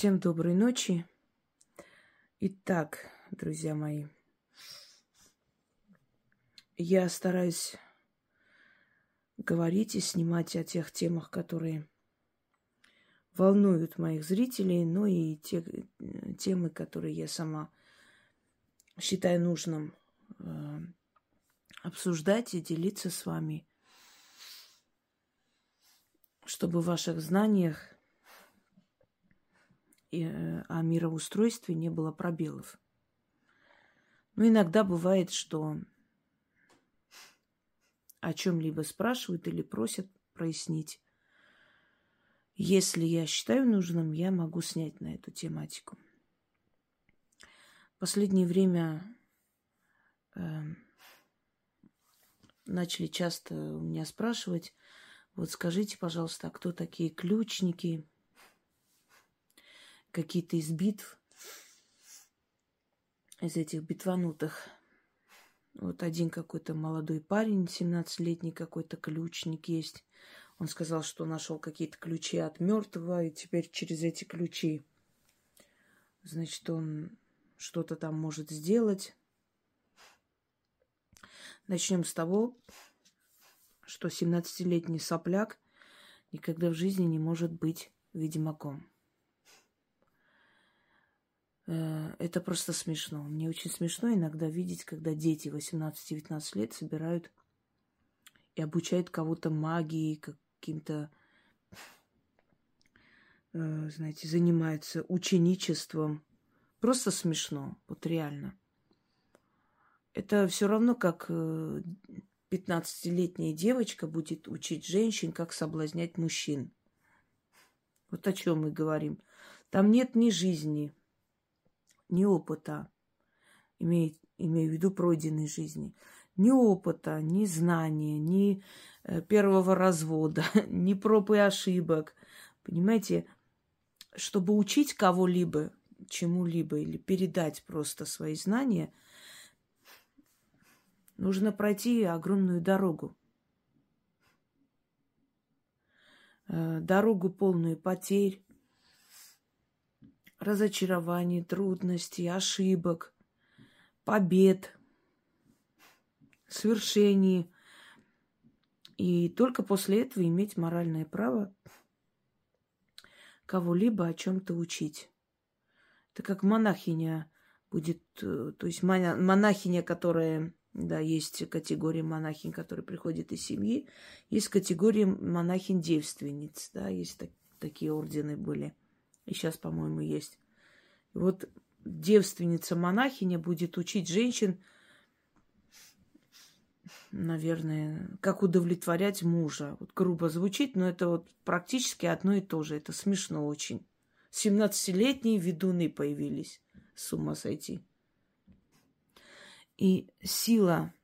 Всем доброй ночи. Итак, друзья мои, я стараюсь говорить и снимать о тех темах, которые волнуют моих зрителей, но и те темы, которые я сама считаю нужным обсуждать и делиться с вами, чтобы в ваших знаниях и о мироустройстве не было пробелов. Но иногда бывает, что о чем-либо спрашивают или просят прояснить. Если я считаю нужным, я могу снять на эту тематику. В последнее время начали часто у меня спрашивать: вот скажите, пожалуйста, а кто такие ключники? Какие-то из битв, из этих битванутых. Вот один какой-то молодой парень, 17-летний какой-то ключник есть. Он сказал, что нашел какие-то ключи от мертвого, и теперь через эти ключи, значит, он что-то там может сделать. Начнем с того, что 17-летний сопляк никогда в жизни не может быть ведьмаком. Это просто смешно. Мне очень смешно иногда видеть, когда дети 18-19 лет собирают и обучают кого-то магии, каким-то, знаете, занимаются ученичеством. Просто смешно, вот реально. Это все равно, как 15-летняя девочка будет учить женщин, как соблазнять мужчин. Вот о чем мы говорим. Там нет ни жизни, ни опыта, имею в виду пройденной жизни, ни опыта, ни знания, ни первого развода, ни проб и ошибок. Понимаете, чтобы учить кого-либо, чему-либо или передать просто свои знания, нужно пройти огромную дорогу. Дорогу полную потерь, разочарований, трудностей, ошибок, побед, свершений. И только после этого иметь моральное право кого-либо о чем-то учить. Это как монахиня будет, то есть монахиня, которая, да, есть категория монахинь, которые приходят из семьи, есть категория монахинь-девственниц, да, есть такие ордены были. И сейчас, по-моему, есть. И вот девственница-монахиня будет учить женщин, наверное, как удовлетворять мужа. Вот грубо звучит, но это вот практически одно и то же. Это смешно очень. 17-летние ведуны появились. С ума сойти. И сила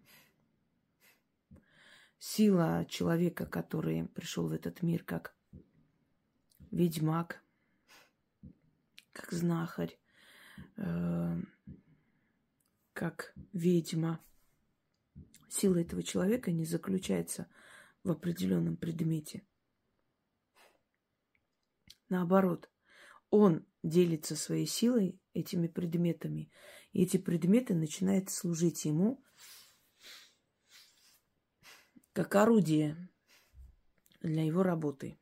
человека, который пришел в этот мир как ведьмак, как знахарь, как ведьма. Сила этого человека не заключается в определенном предмете. Наоборот, он делится своей силой этими предметами, и эти предметы начинают служить ему как орудие для его работы.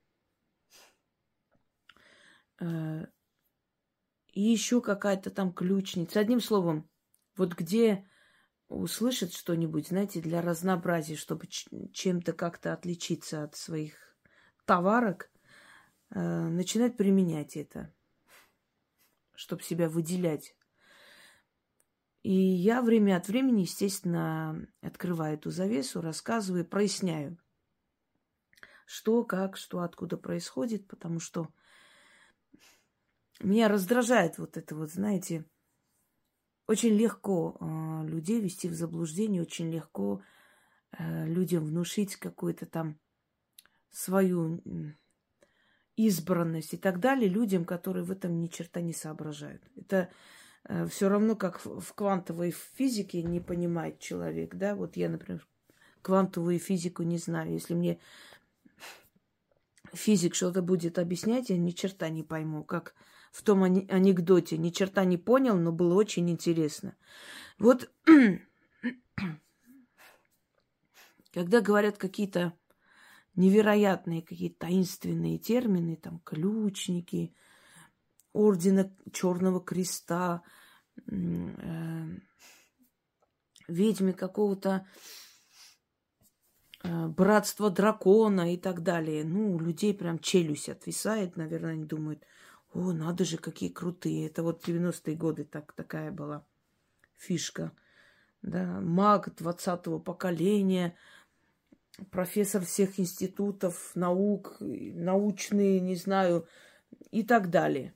И еще какая-то там ключница. Одним словом, вот где услышит что-нибудь, знаете, для разнообразия, чтобы чем-то как-то отличиться от своих товарок, начинает применять это, чтобы себя выделять. И я время от времени, естественно, открываю эту завесу, рассказываю, проясняю, что, как, что, откуда происходит, потому что меня раздражает вот это вот, знаете, очень легко людей вести в заблуждение, очень легко людям внушить какую-то там свою избранность и так далее, людям, которые в этом ни черта не соображают. Это все равно, как в квантовой физике не понимает человек, да? Вот я, например, квантовую физику не знаю. Если мне физик что-то будет объяснять, я ни черта не пойму, как в том анекдоте. Ни черта не понял, но было очень интересно. Вот когда говорят какие-то невероятные, какие-то таинственные термины, там, ключники, ордена Черного Креста, ведьмы какого-то братства дракона и так далее. Ну, у людей прям челюсть отвисает, наверное, они думают, о, надо же, какие крутые. Это вот 90-е годы такая была фишка. Да? Маг 20-го поколения, профессор всех институтов, наук, научные, не знаю, и так далее.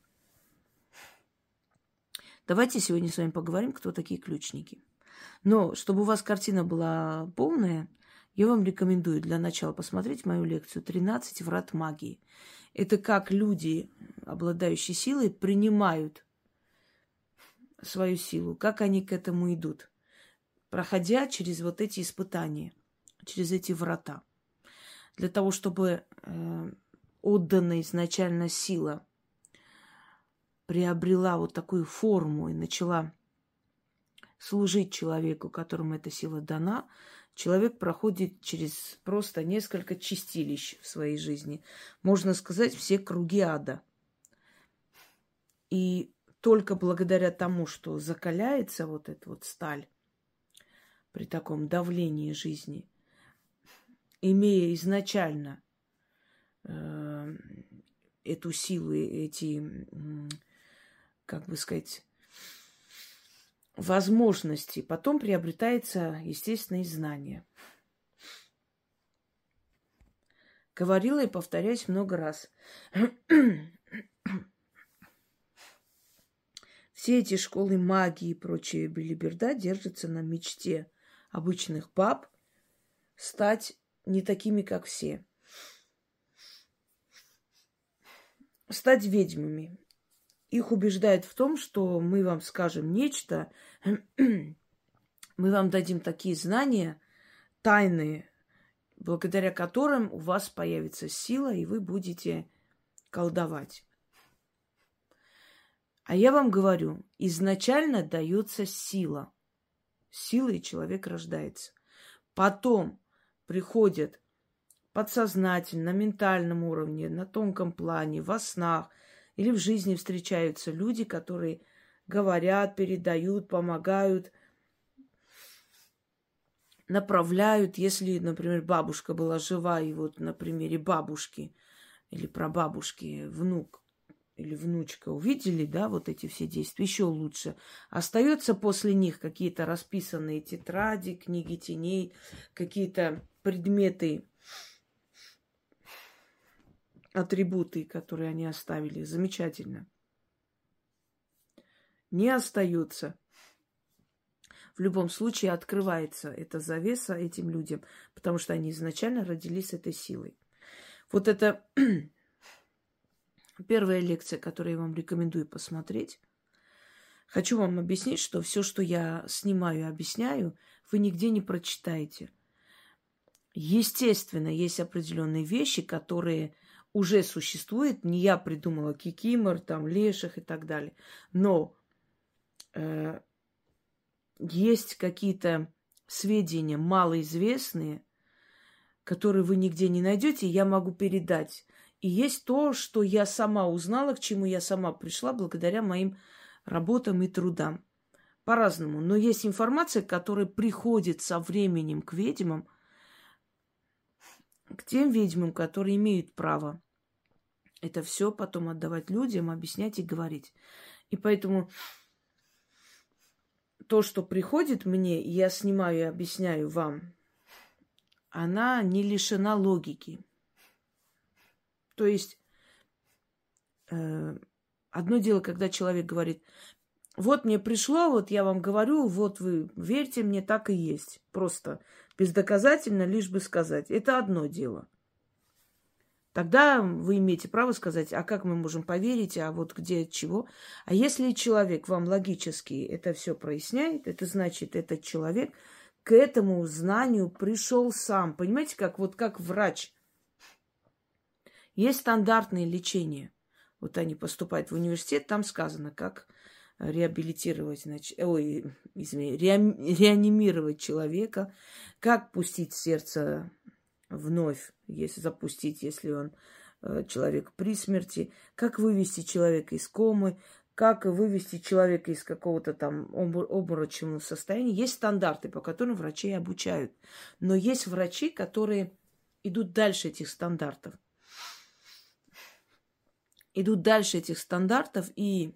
Давайте сегодня с вами поговорим, кто такие ключники. Но чтобы у вас картина была полная, я вам рекомендую для начала посмотреть мою лекцию «13 врат магии». Это как люди, обладающие силой, принимают свою силу, как они к этому идут, проходя через вот эти испытания, через эти врата. Для того, чтобы отданная изначально сила приобрела вот такую форму и начала служить человеку, которому эта сила дана, человек проходит через просто несколько чистилищ в своей жизни. Можно сказать, все круги ада. И только благодаря тому, что закаляется вот эта вот сталь при таком давлении жизни, имея изначально эту силу, эти, как бы сказать, возможности, потом приобретается, естественно, и знание. Говорила и повторяюсь много раз. Все эти школы магии и прочая белиберда держатся на мечте обычных баб стать не такими, как все. Стать ведьмами. Их убеждают в том, что мы вам скажем нечто, мы вам дадим такие знания, тайные, благодаря которым у вас появится сила, и вы будете колдовать. А я вам говорю, изначально дается сила. Силой человек рождается. Потом приходят подсознательно, на ментальном уровне, на тонком плане, во снах или в жизни встречаются люди, которые говорят, передают, помогают, направляют. Если, например, бабушка была жива, и вот на примере бабушки или прабабушки внук или внучка увидели, да, вот эти все действия, еще лучше. Остается после них какие-то расписанные тетради, книги теней, какие-то предметы, атрибуты, которые они оставили. Замечательно. Не остается. В любом случае открывается эта завеса этим людям, потому что они изначально родились с этой силой. Вот это первая лекция, которую я вам рекомендую посмотреть. Хочу вам объяснить, что все, что я снимаю и объясняю, вы нигде не прочитаете. Естественно, есть определенные вещи, которые уже существуют. Не я придумала кикимор, там, леших и так далее. Но есть какие-то сведения малоизвестные, которые вы нигде не найдете, я могу передать. И есть то, что я сама узнала, к чему я сама пришла благодаря моим работам и трудам. По-разному. Но есть информация, которая приходит со временем к ведьмам, к тем ведьмам, которые имеют право это все потом отдавать людям, объяснять и говорить. И поэтому то, что приходит мне, я снимаю и объясняю вам, она не лишена логики. То есть одно дело, когда человек говорит, вот мне пришло, вот я вам говорю, вот вы верьте мне, так и есть. Просто бездоказательно, лишь бы сказать. Это одно дело. Тогда вы имеете право сказать, а как мы можем поверить, а вот где, чего. А если человек вам логически это все проясняет, это значит, этот человек к этому знанию пришел сам. Понимаете, как вот как врач. Есть стандартное лечение. вот они поступают в университет, там сказано, как реабилитировать, реанимировать человека, как пустить сердце вновь, если запустить, если он человек при смерти, как вывести человека из комы, как вывести человека из какого-то там обморочного состояния. Есть стандарты, по которым врачей обучают. Но есть врачи, которые идут дальше этих стандартов. Идут дальше этих стандартов, и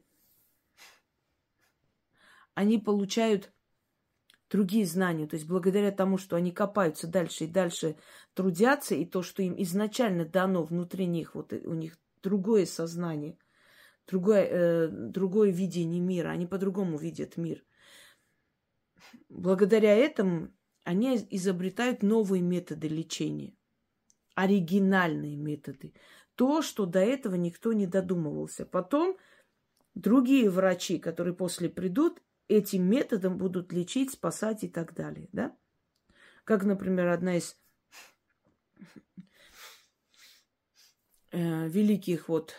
они получают другие знания. То есть благодаря тому, что они копаются дальше и дальше трудятся, и то, что им изначально дано внутри них, вот у них другое сознание, другое видение мира, они по-другому видят мир. Благодаря этому они изобретают новые методы лечения, оригинальные методы. То, что до этого никто не додумывался. Потом другие врачи, которые после придут, этим методом будут лечить, спасать и так далее. Да? Как, например, одна из великих вот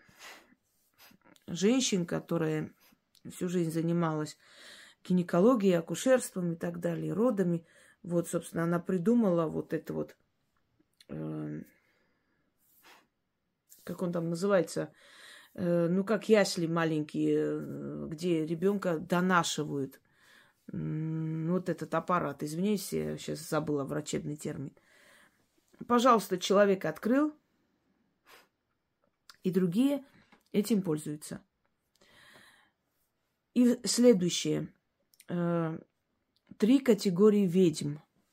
женщин, которая всю жизнь занималась гинекологией, акушерством и так далее, родами. Вот, собственно, она придумала вот это вот, как он там называется, как ясли маленькие, где ребенка донашивают. Вот этот аппарат. Извиняюсь, я сейчас забыла врачебный термин. Пожалуйста, человек открыл, и другие этим пользуются. И следующее. 3 категории ведьм.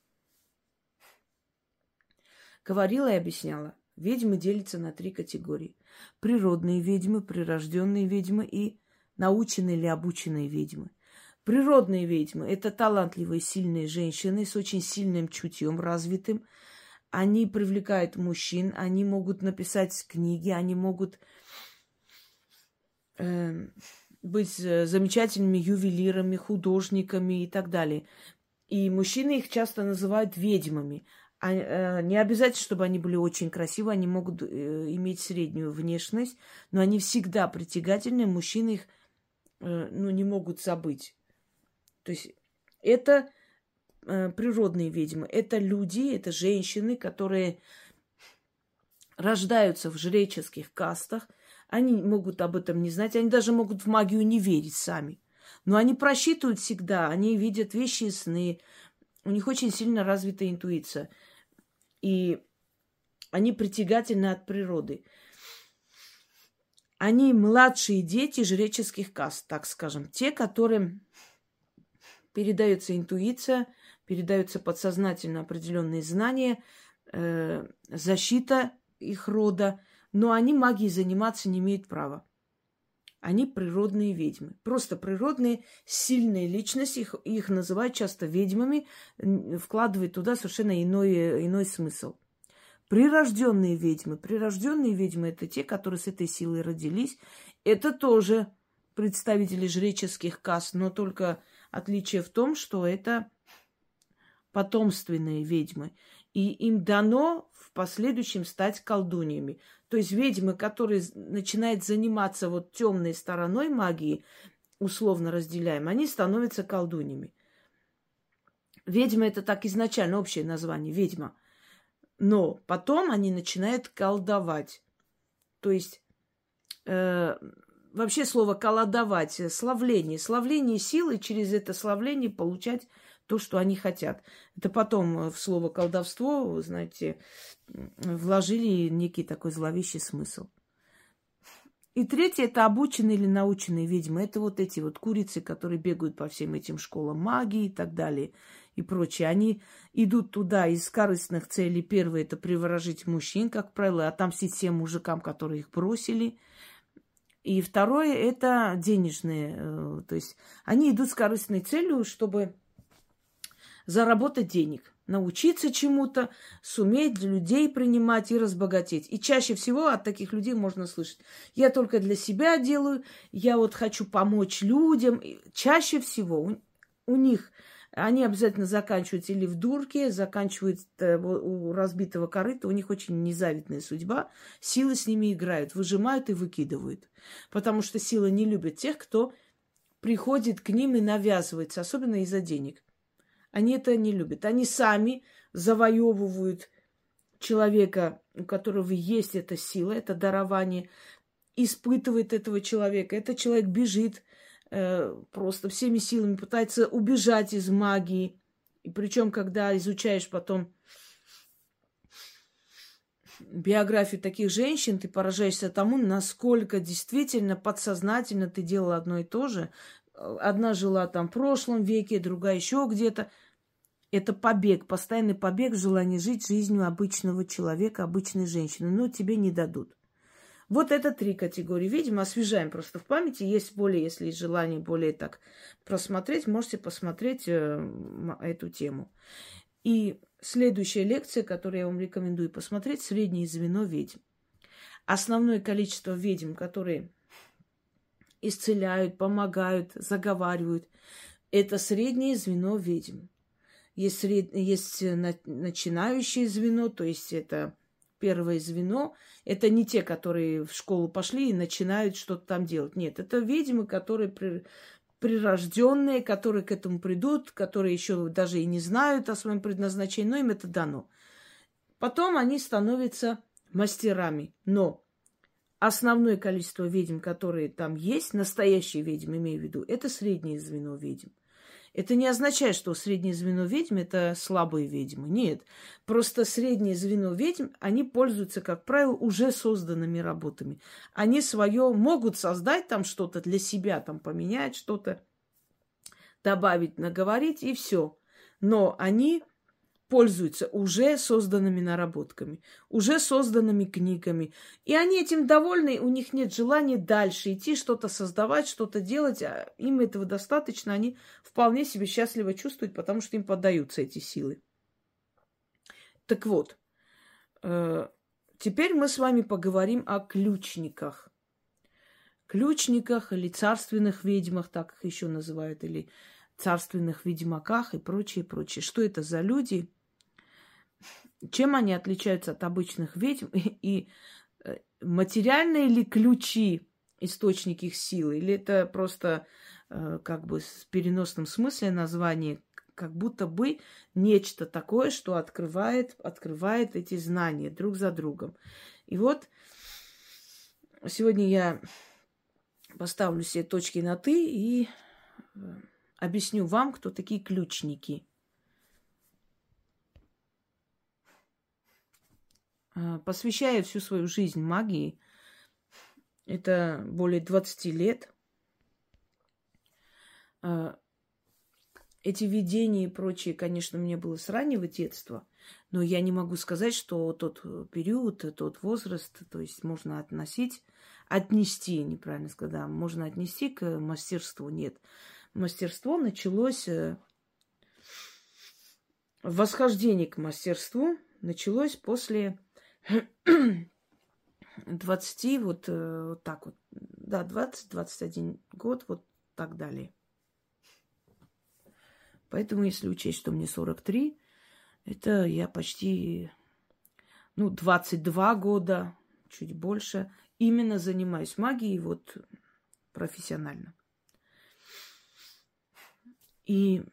Говорила и объясняла. Ведьмы делятся на 3 категории. Природные ведьмы, прирожденные ведьмы и наученные или обученные ведьмы. Природные ведьмы – это талантливые, сильные женщины с очень сильным чутьем развитым. Они привлекают мужчин, они могут написать книги, они могут быть замечательными ювелирами, художниками и так далее. И мужчины их часто называют ведьмами. Не обязательно, чтобы они были очень красивы, они могут иметь среднюю внешность, но они всегда притягательны, мужчины их не могут забыть. То есть это природные ведьмы, это люди, это женщины, которые рождаются в жреческих кастах, они могут об этом не знать, они даже могут в магию не верить сами. Но они просчитывают всегда, они видят вещи и сны, у них очень сильно развита интуиция. И они притягательны от природы. Они младшие дети жреческих каст, так скажем. Те, которым передается интуиция, передаются подсознательно определенные знания, защита их рода, но они магией заниматься не имеют права. Они природные ведьмы. Просто природные, сильные личности. Их называют часто ведьмами, вкладывают туда совершенно иной смысл. Прирожденные ведьмы. Прирожденные ведьмы – это те, которые с этой силой родились. Это тоже представители жреческих каст, но только отличие в том, что это потомственные ведьмы. И им дано в последующем стать колдуньями. То есть ведьмы, которые начинают заниматься вот темной стороной магии, условно разделяем, они становятся колдуньями. Ведьма – это так изначально общее название, ведьма. Но потом они начинают колдовать. То есть вообще слово «колодовать» – славление. Славление силы, через это славление получать то, что они хотят. Это потом в слово колдовство, вы знаете, вложили некий такой зловещий смысл. И третье – это обученные или наученные ведьмы. Это вот эти вот курицы, которые бегают по всем этим школам магии и так далее и прочее. Они идут туда из корыстных целей. Первое – это приворожить мужчин, как правило, отомстить всем мужикам, которые их бросили. И второе – это денежные. То есть они идут с корыстной целью, чтобы заработать денег, научиться чему-то, суметь людей принимать и разбогатеть. И чаще всего от таких людей можно слышать: я только для себя делаю, я вот хочу помочь людям. И чаще всего у них Они обязательно заканчивают или в дурке, заканчивают у разбитого корыта. У них очень незавидная судьба. Силы с ними играют, выжимают и выкидывают. Потому что сила не любит тех, кто приходит к ним и навязывается, особенно из-за денег. Они это не любят. Они сами завоевывают человека, у которого есть эта сила, это дарование, испытывает этого человека. Этот человек бежит просто всеми силами, пытается убежать из магии. И причем, когда изучаешь потом биографию таких женщин, ты поражаешься тому, насколько действительно подсознательно ты делала одно и то же. Одна жила там в прошлом веке, другая еще где-то. Это побег, постоянный побег в желании жить жизнью обычного человека, обычной женщины. Но тебе не дадут. Вот это 3 категории ведьм. Освежаем просто в памяти. Есть более, если есть желание более так просмотреть, можете посмотреть эту тему. И следующая лекция, которую я вам рекомендую посмотреть, среднее звено ведьм. Основное количество ведьм, которые исцеляют, помогают, заговаривают, это среднее звено ведьм. Есть начинающее звено, то есть это первое звено. Это не те, которые в школу пошли и начинают что-то там делать. Нет, это ведьмы, которые прирожденные, которые к этому придут, которые еще даже и не знают о своем предназначении, но им это дано. Потом они становятся мастерами. Но основное количество ведьм, которые там есть, настоящие ведьмы, имею в виду, это среднее звено ведьм. Это не означает, что среднее звено ведьм – это слабые ведьмы. Нет. Просто среднее звено ведьм, они пользуются, как правило, уже созданными работами. Они свое могут создать там что-то для себя, там поменять что-то, добавить, наговорить и все. Но они пользуются уже созданными наработками, уже созданными книгами. И они этим довольны, у них нет желания дальше идти, что-то создавать, что-то делать. А им этого достаточно, они вполне себе счастливо чувствуют, потому что им поддаются эти силы. Так вот, теперь мы с вами поговорим о ключниках. Ключниках или царственных ведьмах, так их еще называют, или царственных ведьмаках и прочее, прочее. Что это за люди? Чем они отличаются от обычных ведьм? И материальные ли ключи источник их силы? Или это просто как бы в переносном смысле название, как будто бы нечто такое, что открывает эти знания друг за другом. И вот сегодня я поставлю все точки на «ты» и объясню вам, кто такие ключники. Посвящая всю свою жизнь магии, это более 20 лет, эти видения и прочее, конечно, у меня было с раннего детства, но я не могу сказать, что тот период, тот возраст, то есть можно отнести, неправильно сказать, можно отнести к мастерству. Нет. Мастерство началось, восхождение к мастерству началось после 20, вот так вот, да, 20-21 год, вот так далее. Поэтому, если учесть, что мне 43, это я почти, 22 года, чуть больше, именно занимаюсь магией, вот, профессионально. И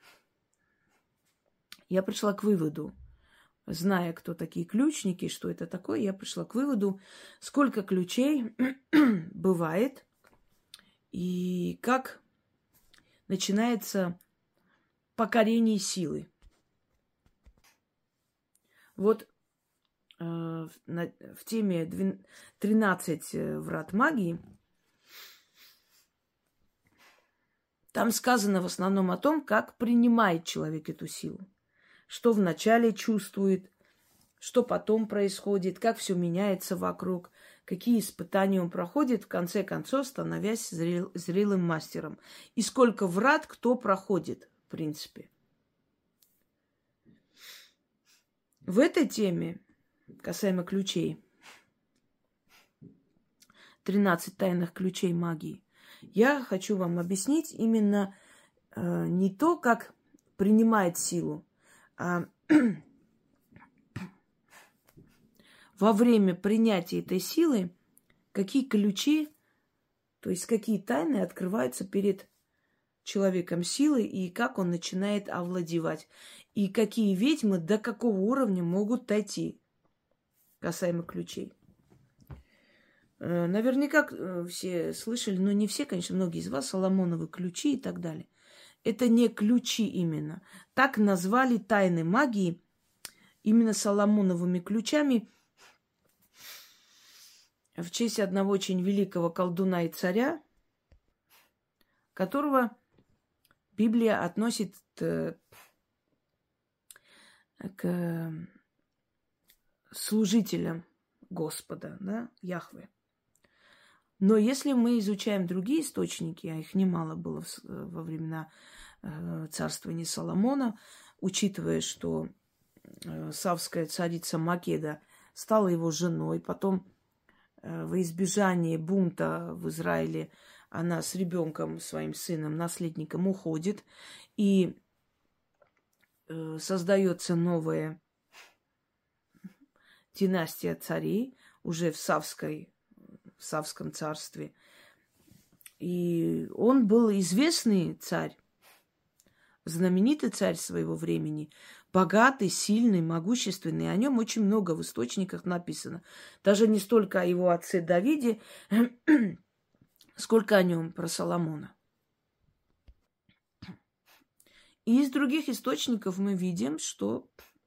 я пришла к выводу, зная, кто такие ключники, что это такое, я пришла к выводу, сколько ключей бывает и как начинается покорение силы. Вот в теме 13 врат магии там сказано в основном о том, как принимает человек эту силу. Что вначале чувствует, что потом происходит, как все меняется вокруг, какие испытания он проходит, в конце концов, становясь зрелым мастером. И сколько врат кто проходит, в принципе. В этой теме, касаемо ключей, 13 тайных ключей магии, я хочу вам объяснить именно не то, как принимает силу. А во время принятия этой силы какие ключи, то есть какие тайны открываются перед человеком силы и как он начинает овладевать. И какие ведьмы до какого уровня могут дойти касаемо ключей. Наверняка все слышали, но не все, конечно, многие из вас, Соломоновы ключи и так далее. Это не ключи именно. Так назвали тайны магии именно Соломоновыми ключами в честь одного очень великого колдуна и царя, которого Библия относит к служителям Господа, да, Яхве. Но если мы изучаем другие источники, а их немало было во времена царствования Соломона, учитывая, что савская царица Македа стала его женой, потом во избежание бунта в Израиле она с ребенком, своим сыном, наследником уходит, и создается новая династия царей уже в Савском царстве. И он был известный царь, знаменитый царь своего времени, богатый, сильный, могущественный. О нем очень много в источниках написано. Даже не столько о его отце Давиде, сколько о нем, про Соломона. И из других источников мы видим, что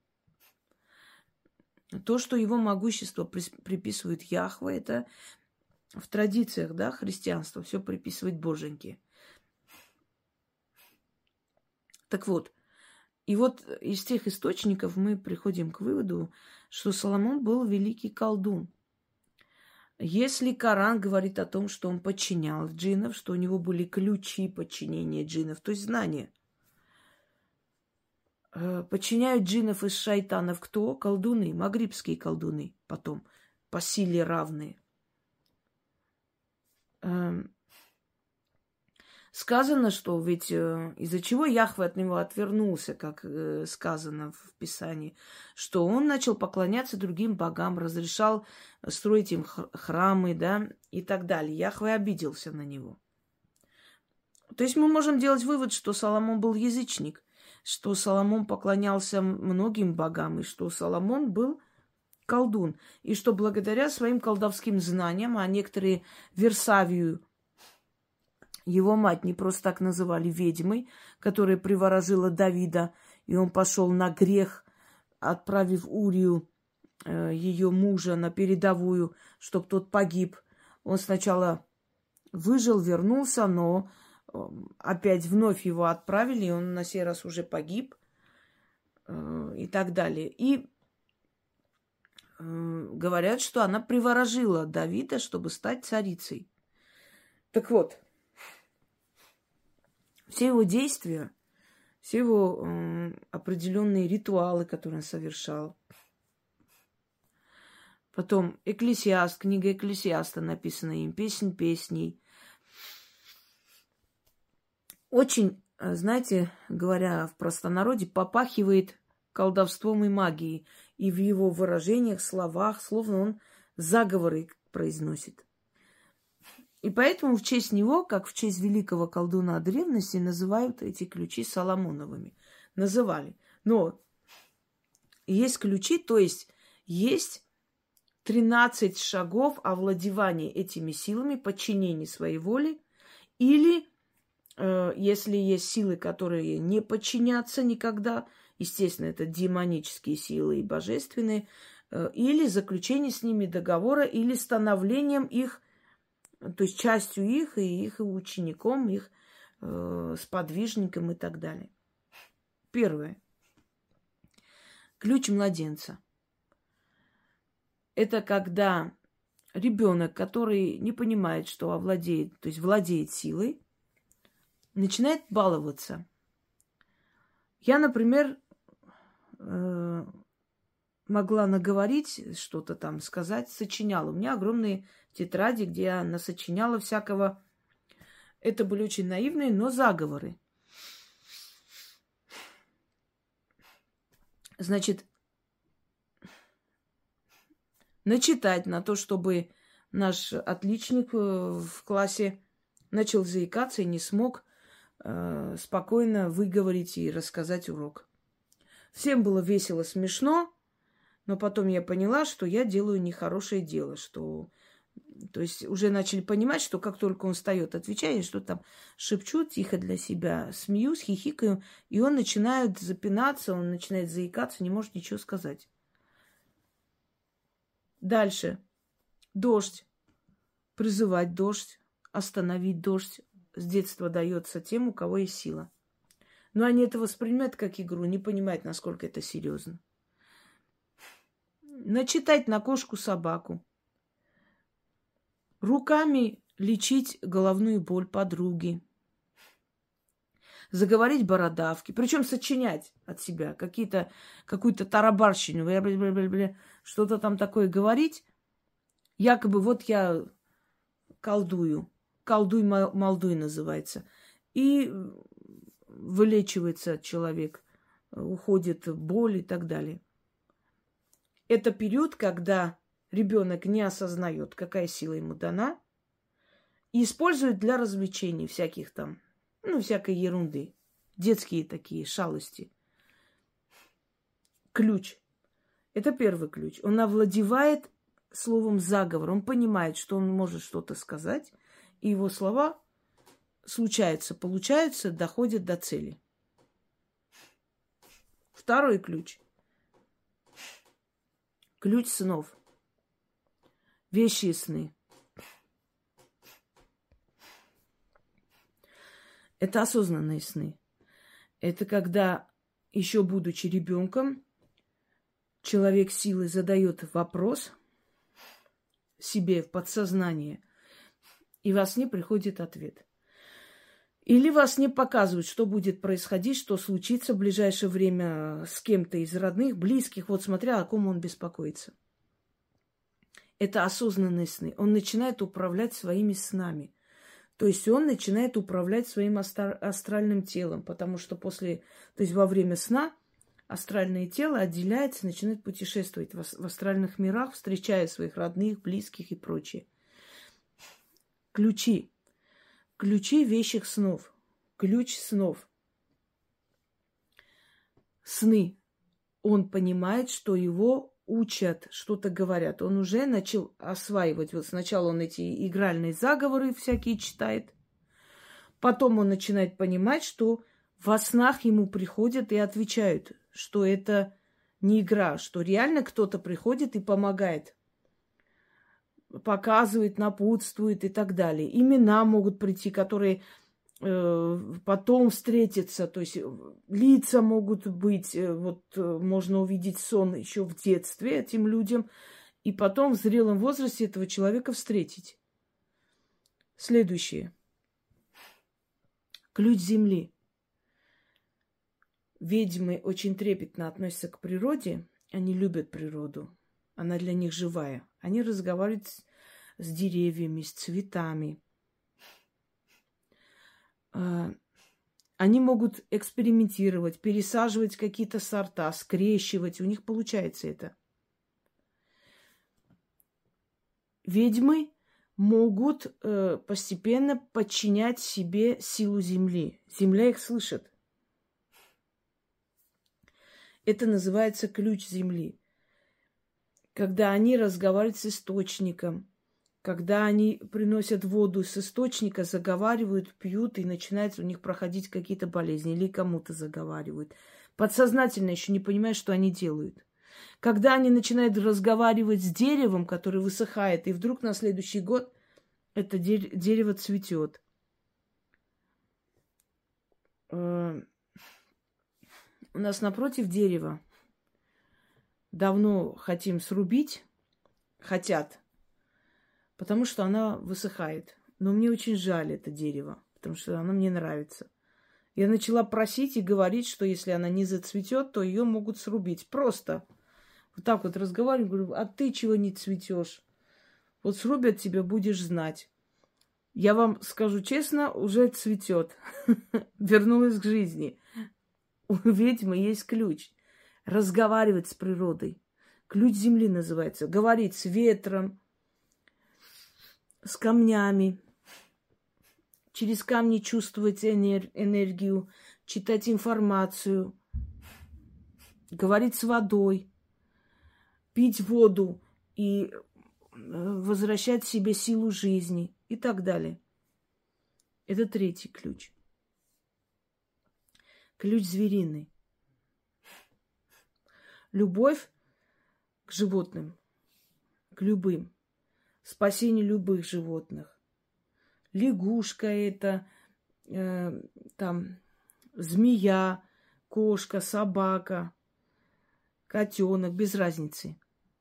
то, что его могущество приписывает Яхве, это в традициях, да, христианства все приписывает Боженьке. Так вот, и вот из тех источников мы приходим к выводу, что Соломон был великий колдун. Если Коран говорит о том, что он подчинял джиннов, что у него были ключи подчинения джиннов, то есть знания. Подчиняют джиннов из шайтанов кто? Колдуны, магрибские колдуны потом, по силе равные. Сказано, что ведь из-за чего Яхве от него отвернулся, как сказано в Писании, что он начал поклоняться другим богам, разрешал строить им храмы, да, и так далее. Яхве обиделся на него. То есть мы можем делать вывод, что Соломон был язычник, что Соломон поклонялся многим богам, и что Соломон был колдун, и что благодаря своим колдовским знаниям, а некоторые Версавию, его мать, не просто так называли ведьмой, которая приворожила Давида, и он пошел на грех, отправив Урию, ее мужа, на передовую, чтобы тот погиб. Он сначала выжил, вернулся, но опять вновь его отправили, и он на сей раз уже погиб, и так далее. И говорят, что она приворожила Давида, чтобы стать царицей. Так вот, все его действия, все его определенные ритуалы, которые он совершал. Потом Экклесиаст, книга Экклесиаста написана им, Песнь песней. Очень, знаете, говоря в простонародье, попахивает колдовством и магией. И в его выражениях, словах, словно он заговоры произносит. И поэтому в честь него, как в честь великого колдуна древности, называют эти ключи Соломоновыми. Называли. Но есть ключи, то есть 13 шагов овладевания этими силами, подчинения своей воли. Или, если есть силы, которые не подчинятся никогда, естественно, это демонические силы и божественные, или заключение с ними договора, или становлением их, то есть частью их, и их учеником, их сподвижником и так далее. Первое. Ключ младенца. Это когда ребенок, который не понимает, что овладеет, то есть владеет силой, начинает баловаться. Я, например, могла наговорить, что-то там сказать, сочиняла. У меня огромные тетради, где я насочиняла всякого. Это были очень наивные, но заговоры. Значит, начитать на то, чтобы наш отличник в классе начал заикаться и не смог спокойно выговорить и рассказать урок. Всем было весело, смешно, но потом я поняла, что я делаю нехорошее дело, что... То есть уже начали понимать, что как только он встает, отвечает, что там шепчу тихо для себя, смеюсь, хихикаю, и он начинает запинаться, он начинает заикаться, не может ничего сказать. Дальше. Дождь. Призывать дождь, остановить дождь. С детства дается тем, у кого есть сила. Но они это воспринимают как игру, не понимают, насколько это серьезно. Начитать на кошку собаку. Руками лечить головную боль подруги. Заговорить бородавки. Причем сочинять от себя какую-то тарабарщину. Что-то там такое говорить. Якобы вот я колдую. Колдуй-молдуй называется. И вылечивается человек. Уходит боль и так далее. Это период, когда ребенок не осознает, какая сила ему дана, и использует для развлечений всяких там, всякой ерунды. Детские такие шалости. Ключ. Это первый ключ. Он овладевает словом заговор. Он понимает, что он может что-то сказать, и его слова случаются, получаются, доходят до цели. Второй ключ. Ключ снов. Вещие сны. Это осознанные сны. Это когда, еще будучи ребенком, человек силой задает вопрос себе в подсознание, и во сне приходит ответ. Или во сне показывают, что будет происходить, что случится в ближайшее время с кем-то из родных, близких, вот смотря о ком он беспокоится. Это осознанные сны. Он начинает управлять своими снами. То есть он начинает управлять своим астральным телом, потому что во время сна астральное тело отделяется, начинает путешествовать в астральных мирах, встречая своих родных, близких и прочее. Ключи. Ключи вещих снов. Ключ снов. Сны. Он понимает, что его учат, что-то говорят. Он уже начал осваивать. Вот сначала он эти игральные заговоры всякие читает. Потом он начинает понимать, что во снах ему приходят и отвечают, что это не игра, что реально кто-то приходит и помогает. Показывает, напутствует и так далее. Имена могут прийти, которые потом встретятся. То есть лица могут быть. Можно увидеть сон еще в детстве этим людям. И потом в зрелом возрасте этого человека встретить. Следующее. Ключ земли. Ведьмы очень трепетно относятся к природе. Они любят природу. Она для них живая. Они разговаривают с деревьями, с цветами. Они могут экспериментировать, пересаживать какие-то сорта, скрещивать. У них получается это. Ведьмы могут постепенно подчинять себе силу земли. Земля их слышит. Это называется ключ земли. Когда они разговаривают с источником, когда они приносят воду с источника, заговаривают, пьют, и начинают у них проходить какие-то болезни, или кому-то заговаривают. Подсознательно еще не понимают, что они делают. Когда они начинают разговаривать с деревом, которое высыхает, и вдруг на следующий год это дерево цветет. У нас напротив дерева. Давно хотим срубить, хотят, потому что она высыхает. Но мне очень жаль это дерево, потому что оно мне нравится. Я начала просить и говорить, что если она не зацветет, то ее могут срубить. Просто вот так вот разговариваю, говорю, а ты чего не цветешь? Вот срубят тебя, будешь знать. Я вам скажу честно, уже цветет. Вернулась к жизни. У ведьмы есть ключ. разговаривать с природой. Ключ земли называется. Говорить с ветром, с камнями. Через камни чувствовать энергию, читать информацию, говорить с водой, пить воду и возвращать себе силу жизни и так далее. Это третий ключ. Ключ звериный. Любовь к животным, к любым. Спасение любых животных. Лягушка это, там, змея, кошка, собака, котенок, без разницы.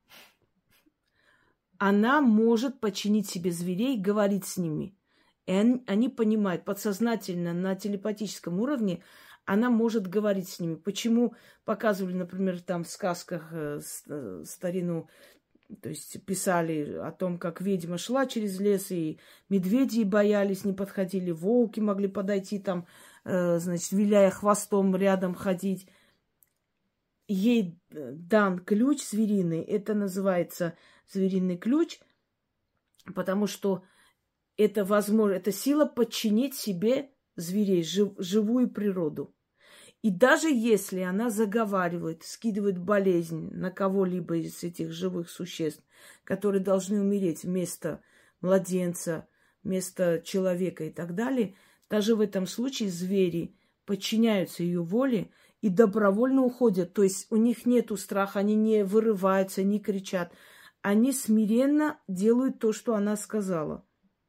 Она может подчинить себе зверей, говорить с ними. И они понимают подсознательно, на телепатическом уровне, она может говорить с ними. Почему показывали, например, там в сказках старину, то есть писали о том, как ведьма шла через лес, и медведи боялись, не подходили, волки могли подойти, там, значит, виляя хвостом рядом ходить. Ей дан ключ звериный, это называется звериный ключ, потому что это возможно, это сила подчинить себе зверей, живую природу. И даже если она заговаривает, скидывает болезнь на кого-либо из этих живых существ, которые должны умереть вместо младенца, вместо человека и так далее, даже в этом случае звери подчиняются ее воле и добровольно уходят. То есть у них нет страха, они не вырываются, не кричат. Они смиренно делают то, что она сказала.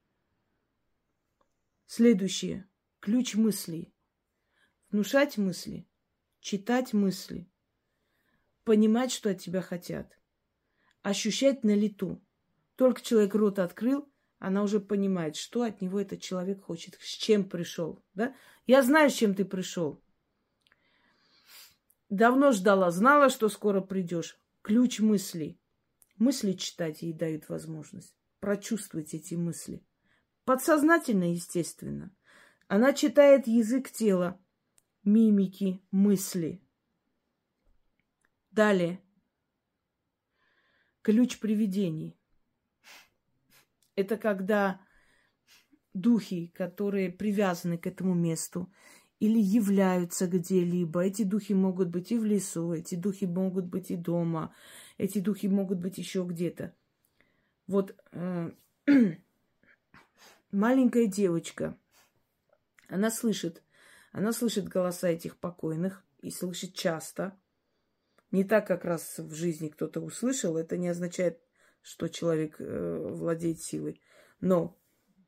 Следующее. Ключ мыслей. Внушать мысли, читать мысли, понимать, что от тебя хотят, ощущать на лету. Только человек рот открыл, она уже понимает, что от него этот человек хочет, с чем пришел. Да? Я знаю, с чем ты пришел. Давно ждала, знала, что скоро придешь. Ключ мыслей. Мысли читать ей дают возможность прочувствовать эти мысли. Подсознательно, естественно. Она читает язык тела, мимики, мысли. Далее. Ключ привидений. Это когда духи, которые привязаны к этому месту или являются где-либо. Эти духи могут быть и в лесу, эти духи могут быть и дома, эти духи могут быть еще где-то. Вот маленькая девочка, она слышит голоса этих покойных и слышит часто. Не так, как раз в жизни кто-то услышал. Это не означает, что человек владеет силой. Но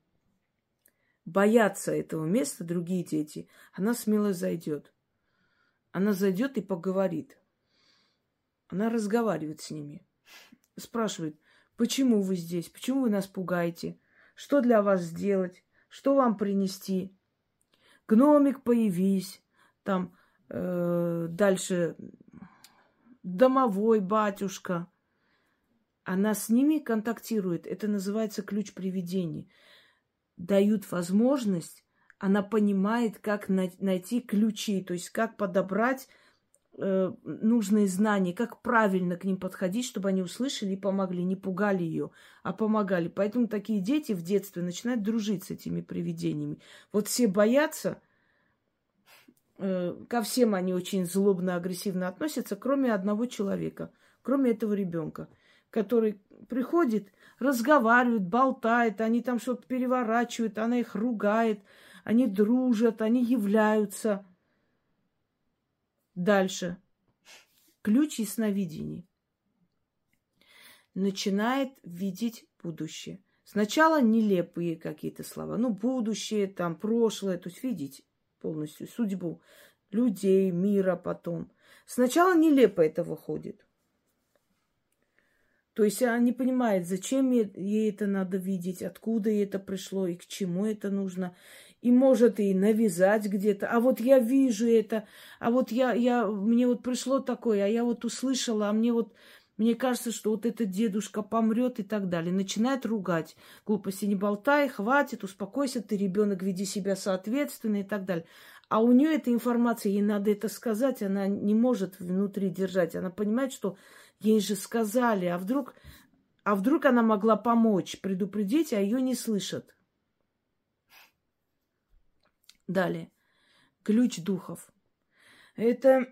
боятся этого места другие дети. Она смело зайдет. Она зайдет и поговорит. Она разговаривает с ними. Спрашивает, почему вы здесь? Почему вы нас пугаете? Что для вас сделать? Что вам принести? Гномик, появись, там дальше домовой, батюшка. Она с ними контактирует. Это называется ключ привидений. Дают возможность, она понимает, как найти ключи, то есть как подобрать нужные знания, как правильно к ним подходить, чтобы они услышали и помогли, не пугали ее, а помогали. Поэтому такие дети в детстве начинают дружить с этими привидениями. Вот все боятся, ко всем они очень злобно, агрессивно относятся, кроме одного человека, кроме этого ребенка, который приходит, разговаривает, болтает, они там что-то переворачивают, она их ругает, они дружат, они являются. Дальше. Ключ ясновидения. Начинает видеть будущее. Сначала нелепые какие-то слова. Ну, будущее, там, прошлое. То есть видеть полностью судьбу людей, мира потом. Сначала нелепо это выходит. То есть она не понимает, зачем ей это надо видеть, откуда ей это пришло и к чему это нужно. И может и навязать где-то. А вот я вижу это, а вот мне вот пришло такое, а я вот услышала, а мне кажется, что вот этот дедушка помрет и так далее. Начинает ругать. Глупости не болтай, хватит, успокойся, ты ребенок, веди себя соответственно и так далее. А у нее эта информация, ей надо это сказать, она не может внутри держать. Она понимает, что ей же сказали, а вдруг она могла помочь, предупредить, а ее не слышат. Далее. Ключ духов. Это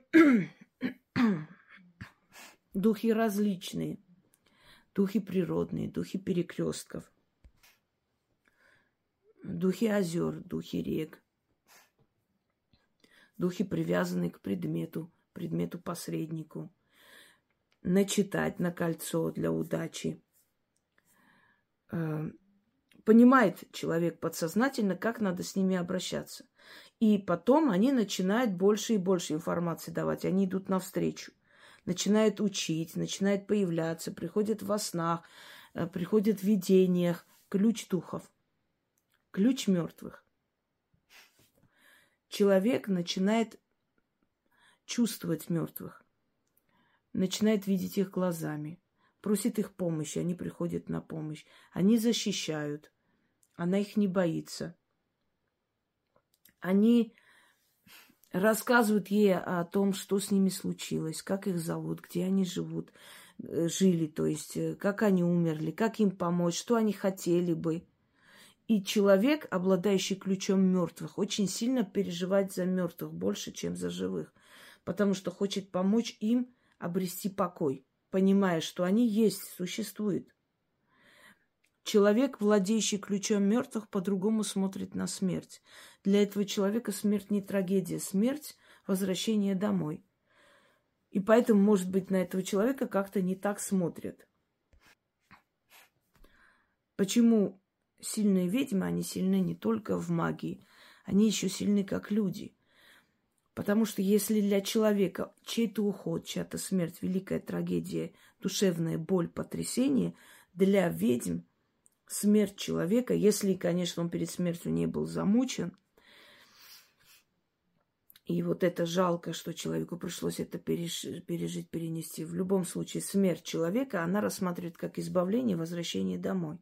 духи различные. Духи природные, духи перекрестков, духи озер, духи рек, духи, привязанные к предмету-посреднику. Начитать на кольцо для удачи. Понимает человек подсознательно, как надо с ними обращаться. И потом они начинают больше и больше информации давать. Они идут навстречу. Начинают учить, начинают появляться, приходят во снах, приходят в видениях. Ключ духов. Ключ мертвых. Человек начинает чувствовать мертвых. Начинает видеть их глазами. Просит их помощи, они приходят на помощь. Они защищают. Она их не боится. Они рассказывают ей о том, что с ними случилось, как их зовут, где они жили, то есть как они умерли, как им помочь, что они хотели бы. И человек, обладающий ключом мертвых, очень сильно переживает за мертвых больше, чем за живых, потому что хочет помочь им обрести покой, понимая, что они есть, существуют. Человек, владеющий ключом мертвых, по-другому смотрит на смерть. Для этого человека смерть не трагедия, смерть – возвращение домой. И поэтому, может быть, на этого человека как-то не так смотрят. Почему сильные ведьмы, они сильны не только в магии, они еще сильны как люди. Потому что если для человека чей-то уход, чья-то смерть – великая трагедия, душевная боль, потрясение, для ведьм смерть человека, если, конечно, он перед смертью не был замучен, и вот это жалко, что человеку пришлось это пережить, перенести. В любом случае, смерть человека, она рассматривает как избавление, возвращение домой.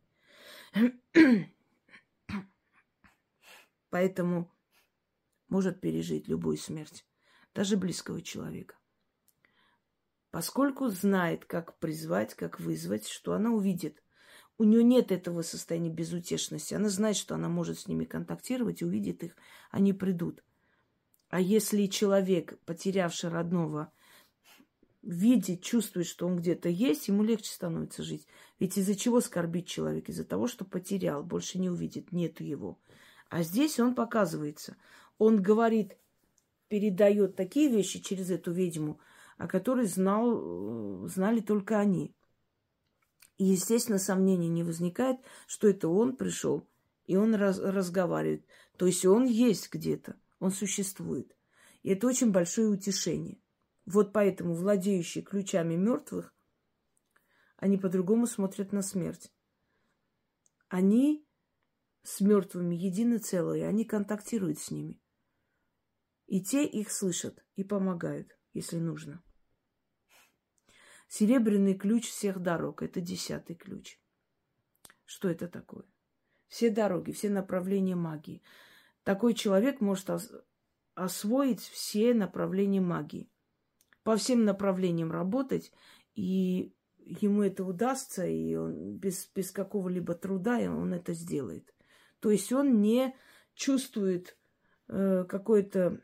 Поэтому может пережить любую смерть, даже близкого человека. Поскольку знает, как призвать, как вызвать, что она увидит. У нее нет этого состояния безутешности. Она знает, что она может с ними контактировать и увидит их, они придут. А если человек, потерявший родного, видит, чувствует, что он где-то есть, ему легче становится жить. Ведь из-за чего скорбит человек? Из-за того, что потерял, больше не увидит, нету его. А здесь он показывается. Он говорит, передает такие вещи через эту ведьму, о которых знали только они. И, естественно, сомнений не возникает, что это он пришел, и он разговаривает. То есть он есть где-то, он существует. И это очень большое утешение. Вот поэтому владеющие ключами мертвых, они по-другому смотрят на смерть. Они с мертвыми едино целое, они контактируют с ними. И те их слышат и помогают, если нужно. Серебряный ключ всех дорог. Это 10-й ключ. Что это такое? Все дороги, все направления магии. Такой человек может освоить все направления магии. По всем направлениям работать, и ему это удастся, и он без какого-либо труда он это сделает. То есть он не чувствует какого-то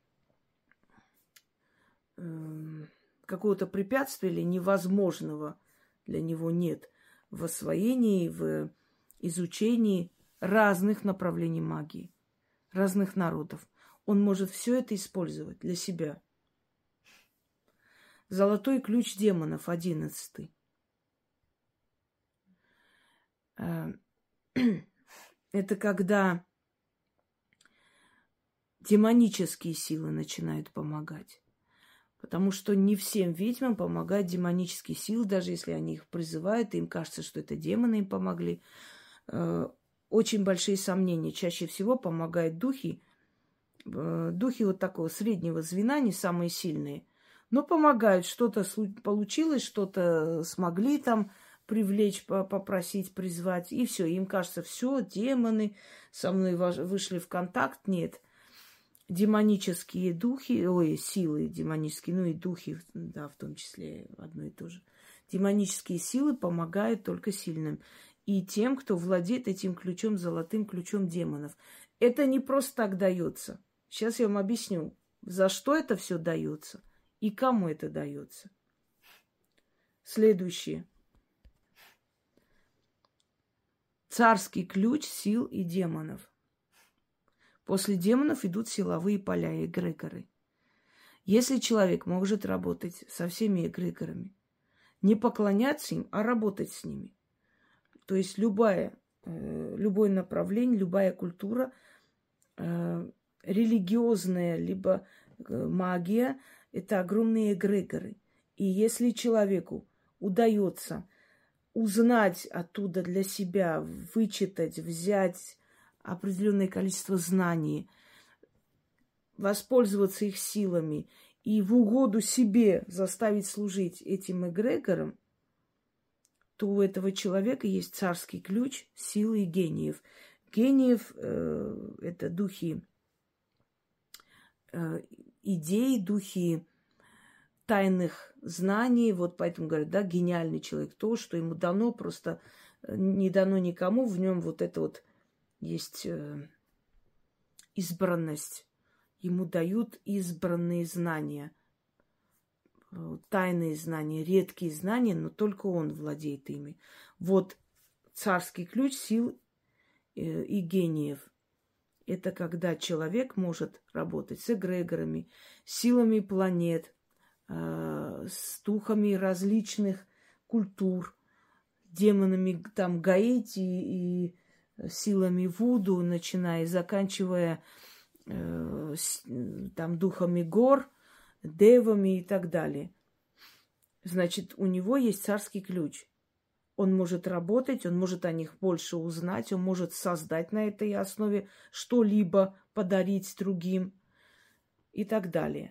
препятствия или невозможного для него нет в освоении, в изучении разных направлений магии, разных народов. Он может все это использовать для себя. Золотой ключ демонов, 11-й. Это когда демонические силы начинают помогать. Потому что не всем ведьмам помогают демонические силы, даже если они их призывают, и им кажется, что это демоны им помогли. Очень большие сомнения. Чаще всего помогают духи. Духи вот такого среднего звена, не самые сильные. Но помогают. Что-то получилось, что-то смогли там привлечь, попросить, призвать. И все. Им кажется, все, демоны со мной вышли в контакт. Нет. демонические духи, ой, силы демонические, ну и духи, да, в том числе одно и то же. Демонические силы помогают только сильным. И тем, кто владеет этим ключом, золотым ключом демонов. Это не просто так дается. Сейчас я вам объясню, за что это все дается и кому это дается. Следующее. Царский ключ сил и демонов. После демонов идут силовые поля, эгрегоры. Если человек может работать со всеми эгрегорами, не поклоняться им, а работать с ними, то есть любое направление, любая культура, религиозная, либо магия, это огромные эгрегоры. И если человеку удается узнать оттуда для себя, вычитать, взять определенное количество знаний, воспользоваться их силами и в угоду себе заставить служить этим эгрегорам, то у этого человека есть царский ключ силы и гениев. Гениев это духи идей, духи тайных знаний. Вот поэтому говорят, да, гениальный человек. То, что ему дано, просто не дано никому. В нем вот это вот есть избранность. Ему дают избранные знания, тайные знания, редкие знания, но только он владеет ими. Вот царский ключ сил и гениев. Это когда человек может работать с эгрегорами, силами планет, с духами различных культур, демонами там Гаити и силами Вуду, начиная и заканчивая там духами гор, девами и так далее. Значит, у него есть царский ключ. Он может работать, он может о них больше узнать, он может создать на этой основе что-либо, подарить другим и так далее.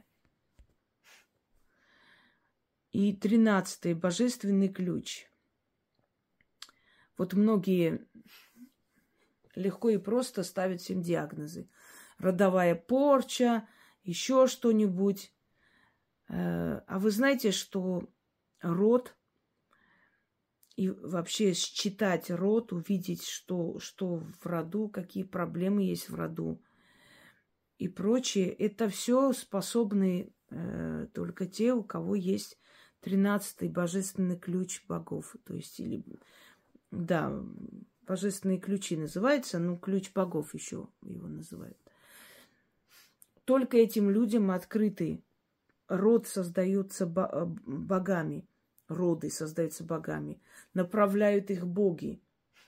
И 13-й, божественный ключ. Вот многие легко и просто ставят всем диагнозы. Родовая порча, еще что-нибудь. А вы знаете, что род и вообще считать род, увидеть, что в роду, какие проблемы есть в роду и прочее, это все способны только те, у кого есть 13-й божественный ключ богов. То есть, или, да, божественные ключи называются, но ключ богов еще его называют. Только этим людям открытый. Род создается богами. Роды создаются богами. Направляют их боги.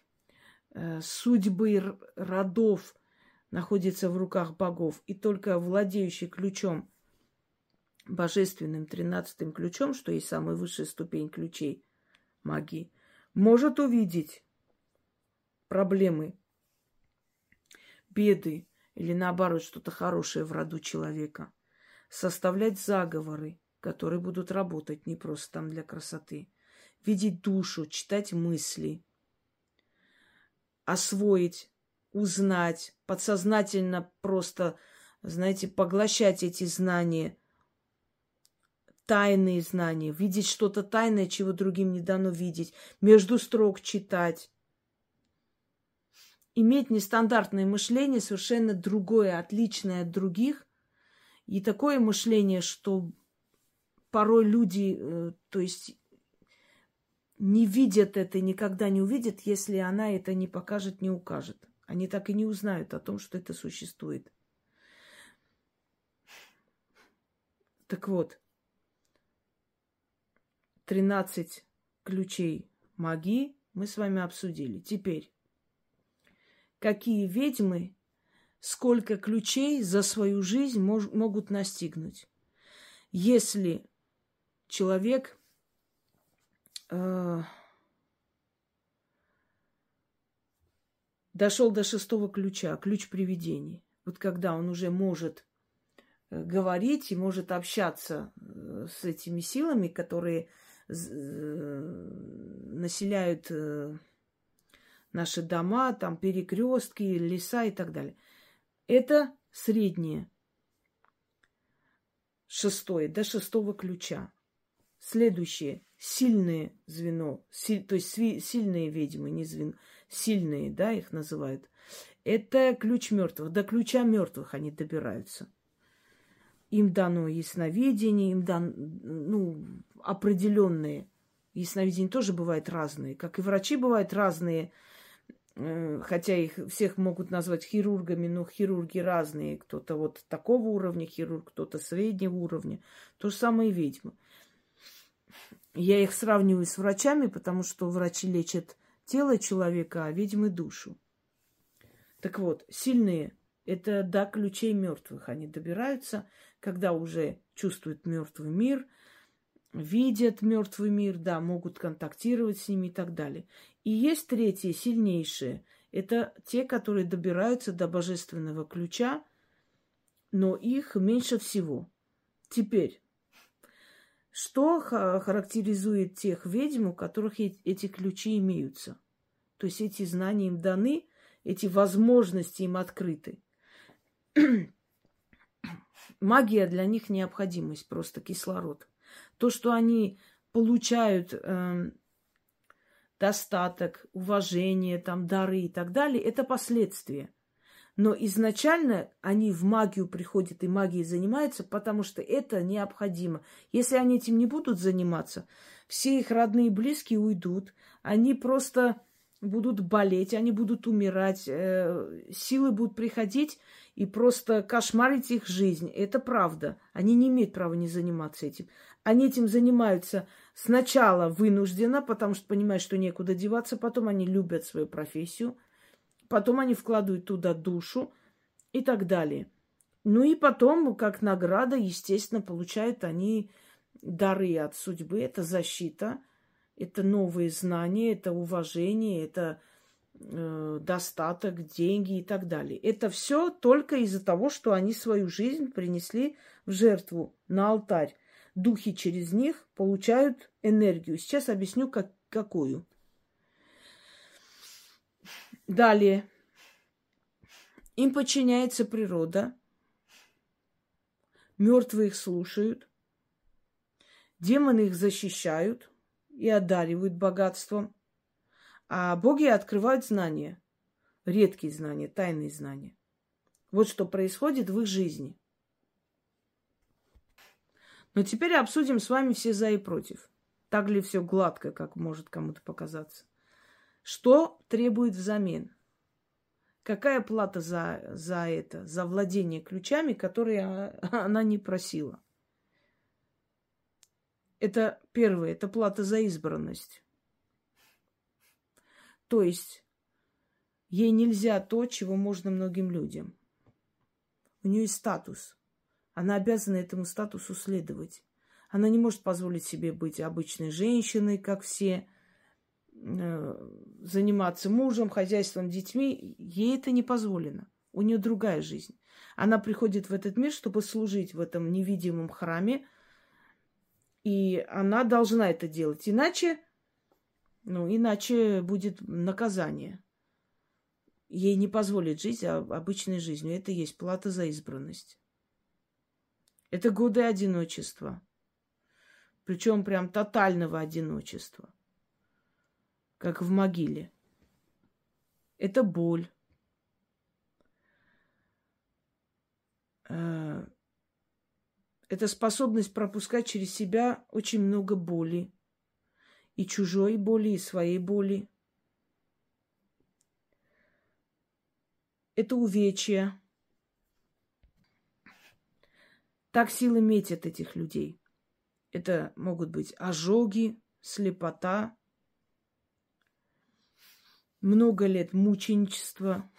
Судьбы родов находятся в руках богов. И только владеющий ключом, божественным 13-м ключом, что есть самая высшая ступень ключей магии, может увидеть проблемы, беды или наоборот что-то хорошее в роду человека. Составлять заговоры, которые будут работать не просто там для красоты. Видеть душу, читать мысли, освоить, узнать, подсознательно просто, знаете, поглощать эти знания, тайные знания, видеть что-то тайное, чего другим не дано видеть, между строк читать. Иметь нестандартное мышление, совершенно другое, отличное от других. И такое мышление, что порой люди, то есть, не видят это, никогда не увидят, если она это не покажет, не укажет. Они так и не узнают о том, что это существует. Так вот, 13 ключей магии мы с вами обсудили. Теперь, какие ведьмы, сколько ключей за свою жизнь могут настигнуть? Если человек дошел до 6-го ключа, ключ привидений, вот когда он уже может говорить и может общаться с этими силами, которые населяют наши дома, там перекрестки, леса и так далее. Это среднее. шестое, до шестого ключа. Следующее. Сильное звено. То есть сильные ведьмы, не звено. Сильные, да, их называют. Это ключ мертвых. До ключа мертвых они добираются. Им дано ясновидение, им дано, определенные. Ясновидения тоже бывают разные. Как и врачи бывают разные, хотя их всех могут назвать хирургами, но хирурги разные. Кто-то вот такого уровня хирург, кто-то среднего уровня. То же самое и ведьмы. Я их сравниваю с врачами, потому что врачи лечат тело человека, а ведьмы душу. Так вот, сильные – это до ключей мертвых. Они добираются, когда уже чувствуют мертвый мир, видят мертвый мир, да, могут контактировать с ними и так далее. И есть третьи, сильнейшие. Это те, которые добираются до божественного ключа, но их меньше всего. Теперь, что характеризует тех ведьм, у которых эти ключи имеются? То есть эти знания им даны, эти возможности им открыты. Магия для них необходимость, просто кислород. То, что они получают достаток, уважение, там, дары и так далее, это последствия. Но изначально они в магию приходят и магией занимаются, потому что это необходимо. Если они этим не будут заниматься, все их родные и близкие уйдут, они просто будут болеть, они будут умирать, силы будут приходить и просто кошмарить их жизнь. Это правда. Они не имеют права не заниматься этим. Они этим занимаются сначала вынужденно, потому что понимают, что некуда деваться, потом они любят свою профессию, потом они вкладывают туда душу и так далее. Ну и потом, как награда, естественно, получают они дары от судьбы. Это защита, это новые знания, это уважение, это достаток, деньги и так далее. Это все только из-за того, что они свою жизнь принесли в жертву на алтарь. Духи через них получают энергию. Сейчас объясню, какую. Далее. Им подчиняется природа. Мертвые их слушают. Демоны их защищают и одаривают богатством. А боги открывают знания. Редкие знания, тайные знания. Вот что происходит в их жизни. Но теперь обсудим с вами все за и против. Так ли все гладко, как может кому-то показаться? Что требует взамен? Какая плата за это, за владение ключами, которые она не просила? Это первое, это плата за избранность. То есть ей нельзя то, чего можно многим людям. У нее есть статус. Она обязана этому статусу следовать. Она не может позволить себе быть обычной женщиной, как все, заниматься мужем, хозяйством, детьми. Ей это не позволено. У нее другая жизнь. Она приходит в этот мир, чтобы служить в этом невидимом храме, и она должна это делать. Иначе будет наказание. Ей не позволит жить обычной жизнью. Это и есть плата за избранность. Это годы одиночества. Причем прям тотального одиночества. Как в могиле. Это боль. Это способность пропускать через себя очень много боли. И чужой боли, и своей боли. Это увечья. Так силы метят этих людей. Это могут быть ожоги, слепота, много лет мученичества,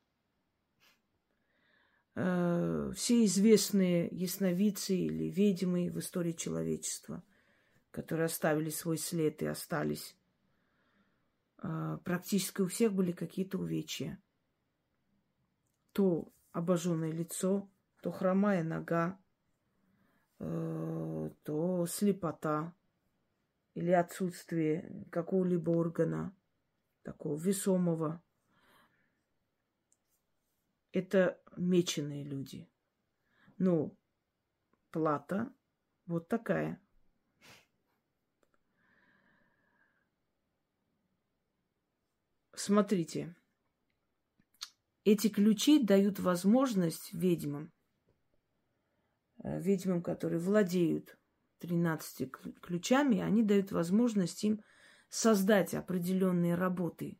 все известные ясновидцы или ведьмы в истории человечества, которые оставили свой след и остались. Практически у всех были какие-то увечья. То обожженное лицо, то хромая нога, то слепота или отсутствие какого-либо органа, такого весомого. Это меченые люди. Ну, плата вот такая. Смотрите, эти ключи дают возможность ведьмам, которые владеют 13 ключами, они дают возможность им создать определенные работы,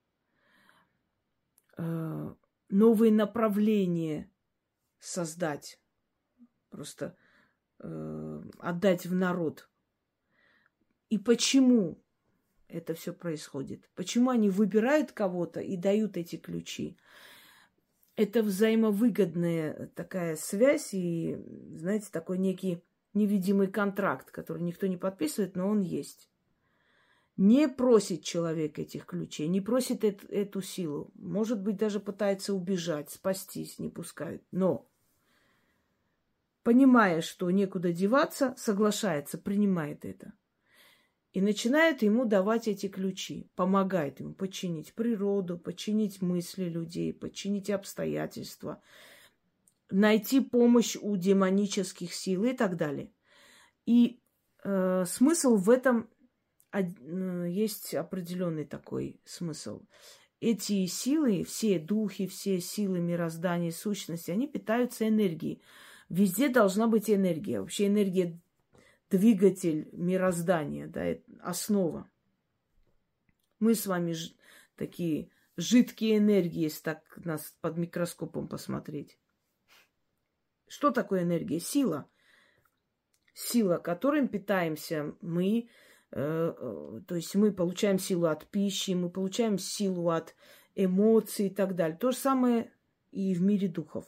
новые направления создать, просто отдать в народ. И почему это все происходит? Почему они выбирают кого-то и дают эти ключи? Это взаимовыгодная такая связь и, знаете, такой некий невидимый контракт, который никто не подписывает, но он есть. Не просит человек этих ключей, не просит эту силу. Может быть, даже пытается убежать, спастись, не пускают. Но, понимая, что некуда деваться, соглашается, принимает это. И начинает ему давать эти ключи, помогает ему подчинить природу, подчинить мысли людей, подчинить обстоятельства, найти помощь у демонических сил и так далее. И смысл в этом есть определенный такой смысл. Эти силы, все духи, все силы мироздания, сущности, они питаются энергией. Везде должна быть энергия. Вообще энергия – двигатель мироздания, да, это основа. Мы с вами такие жидкие энергии, если так нас под микроскопом посмотреть. Что такое энергия? Сила. Сила, которой питаемся мы. То есть мы получаем силу от пищи, мы получаем силу от эмоций и так далее. То же самое и в мире духов.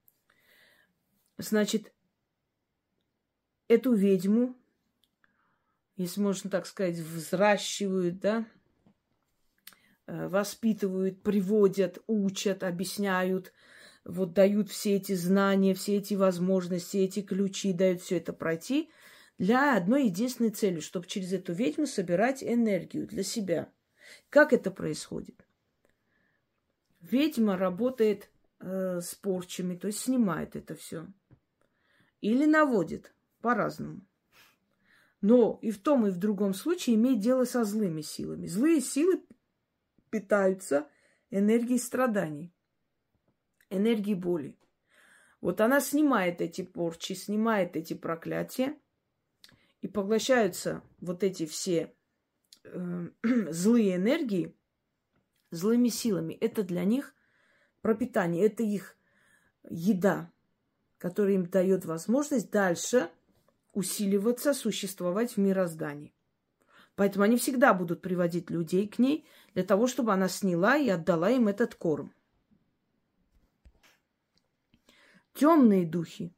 Значит, эту ведьму, если можно так сказать, взращивают, да, воспитывают, приводят, учат, объясняют, вот дают все эти знания, все эти возможности, все эти ключи, дают все это пройти для одной единственной цели, чтобы через эту ведьму собирать энергию для себя. Как это происходит? Ведьма работает с порчами, то есть снимает это все. Или наводит, по-разному. Но и в том, и в другом случае имеет дело со злыми силами. Злые силы питаются энергией страданий, энергией боли. Вот она снимает эти порчи, снимает эти проклятия, и поглощаются вот эти все злые энергии злыми силами. Это для них пропитание, это их еда, которая им дает возможность дальше усиливаться, существовать в мироздании. Поэтому они всегда будут приводить людей к ней для того, чтобы она сняла и отдала им этот корм. Темные духи,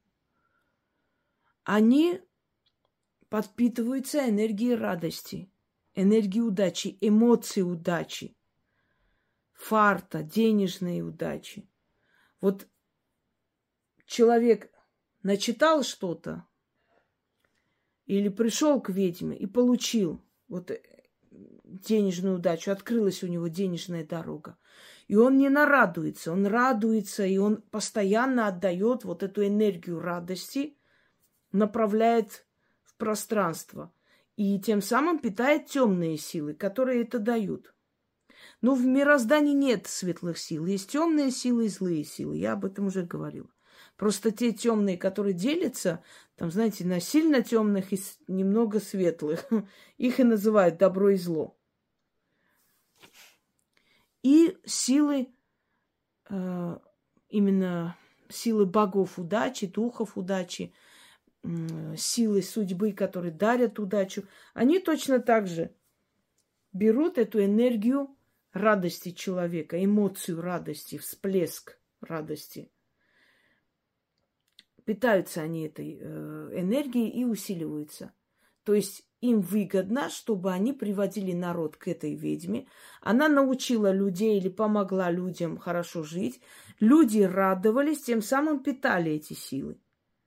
они подпитываются энергией радости, энергией удачи, эмоций удачи, фарта, денежной удачи. Вот человек начитал что-то или пришел к ведьме и получил вот денежную удачу, открылась у него денежная дорога. И он не нарадуется, он радуется, и он постоянно отдает вот эту энергию радости, направляет в пространство. И тем самым питает темные силы, которые это дают. Но в мироздании нет светлых сил. Есть темные силы и злые силы. Я об этом уже говорила. Просто те темные, которые делятся, там, знаете, на сильно темных и немного светлых, их и называют добро и зло. И силы, именно силы богов удачи, духов удачи, силы судьбы, которые дарят удачу, они точно так же берут эту энергию радости человека, эмоцию радости, всплеск радости. Питаются они этой энергией и усиливаются. То есть им выгодно, чтобы они приводили народ к этой ведьме. Она научила людей или помогла людям хорошо жить. Люди радовались, тем самым питали эти силы.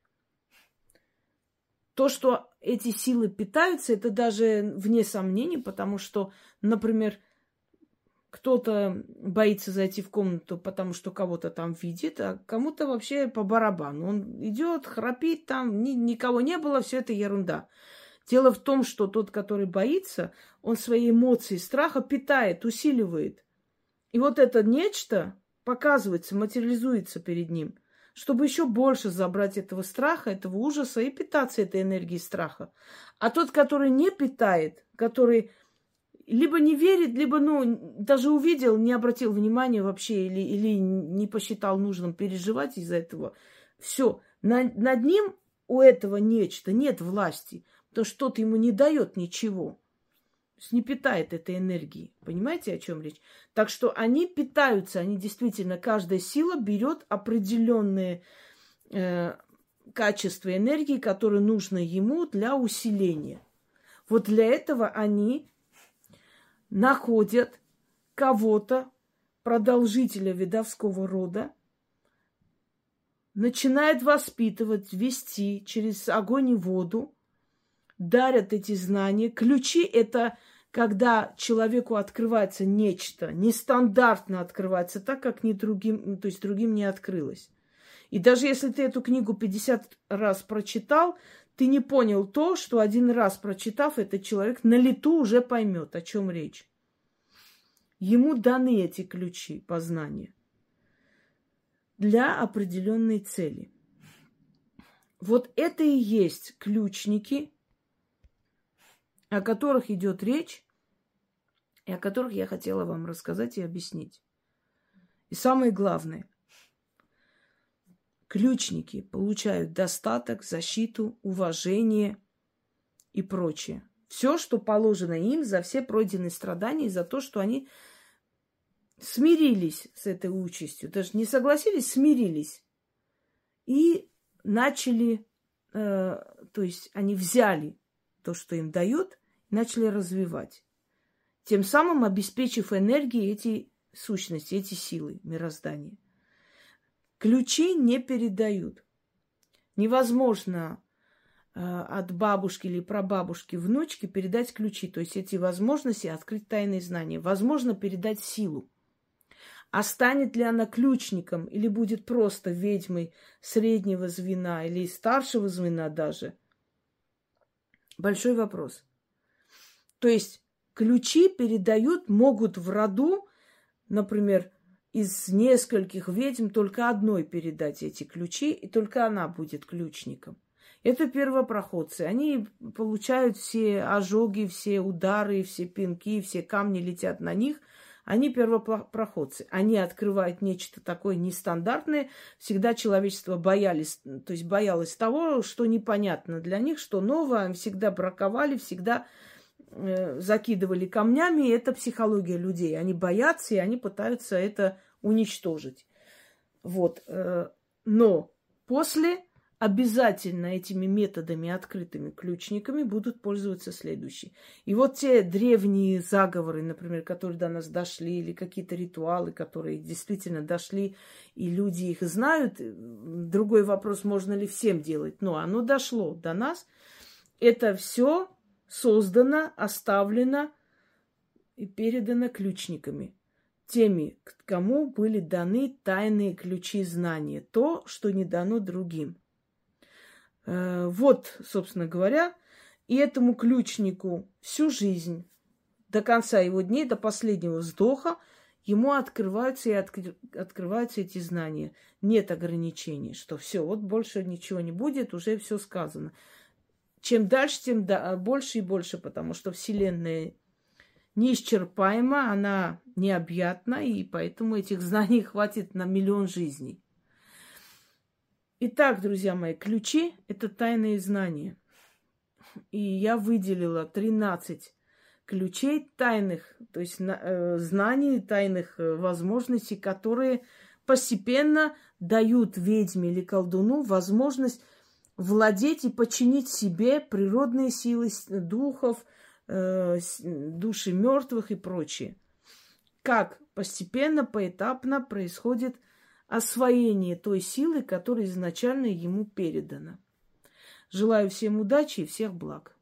То, что эти силы питаются, это даже вне сомнений, потому что, например, Кто-то боится зайти в комнату, потому что кого-то там видит, а кому-то вообще по барабану. Он идет, храпит там, никого не было, все это ерунда. Дело в том, что тот, который боится, он свои эмоции страха питает, усиливает. И вот это нечто показывается, материализуется перед ним, чтобы еще больше забрать этого страха, этого ужаса и питаться этой энергией страха. А тот, который не питает, который либо не верит, либо, даже увидел, не обратил внимания вообще или не посчитал нужным переживать из-за этого, все, над ним у этого нечто нет власти, потому что что-то ему не дает ничего. То есть не питает этой энергии. Понимаете, о чем речь? Так что они питаются, они действительно, каждая сила берет определенные качества энергии, которые нужны ему для усиления. Вот для этого они находят кого-то, продолжителя видовского рода, начинают воспитывать, вести через огонь и воду, дарят эти знания. Ключи – это когда человеку открывается нечто, нестандартно открывается, так как другим не открылось. И даже если ты эту книгу 50 раз прочитал, ты не понял то, что один раз прочитав, этот человек на лету уже поймет, о чем речь. Ему даны эти ключи познания для определенной цели. Вот это и есть ключники, о которых идет речь, и о которых я хотела вам рассказать и объяснить. И самое главное, ключники получают достаток, защиту, уважение и прочее. Все, что положено им за все пройденные страдания, за то, что они смирились с этой участью. Даже не согласились, смирились. И начали, то есть они взяли то, что им дают, и начали развивать. Тем самым обеспечив энергией эти сущности, эти силы мироздания. Ключи не передают. Невозможно от бабушки или прабабушки внучке передать ключи. То есть эти возможности открыть тайные знания. Возможно передать силу. А станет ли она ключником или будет просто ведьмой среднего звена или старшего звена даже? Большой вопрос. То есть ключи могут в роду, например, из нескольких ведьм только одной передать эти ключи, и только она будет ключником. Это первопроходцы. Они получают все ожоги, все удары, все пинки, все камни летят на них. Они первопроходцы. Они открывают нечто такое нестандартное. Всегда человечество боялось того, что непонятно для них, что новое. Всегда браковали, всегда закидывали камнями. И это психология людей. Они боятся, и они пытаются это уничтожить. Вот. Но после обязательно этими методами, открытыми ключниками, будут пользоваться следующие. И вот те древние заговоры, например, которые до нас дошли, или какие-то ритуалы, которые действительно дошли, и люди их знают. Другой вопрос, можно ли всем делать, но оно дошло до нас. Это все создано, оставлено и передано ключниками. Теми, кому были даны тайные ключи знания. То, что не дано другим. Вот, собственно говоря, и этому ключнику всю жизнь, до конца его дней, до последнего вздоха, ему открываются эти знания. Нет ограничений, что все, вот больше ничего не будет, уже все сказано. Чем дальше, тем больше и больше, потому что Вселенная неисчерпаема, она необъятна, и поэтому этих знаний хватит на миллион жизней. Итак, друзья мои, ключи – это тайные знания. И я выделила 13 ключей тайных, то есть знаний, тайных возможностей, которые постепенно дают ведьме или колдуну возможность владеть и подчинить себе природные силы духов, души мертвых и прочее. Как постепенно, поэтапно происходит освоение той силы, которая изначально ему передана. Желаю всем удачи и всех благ.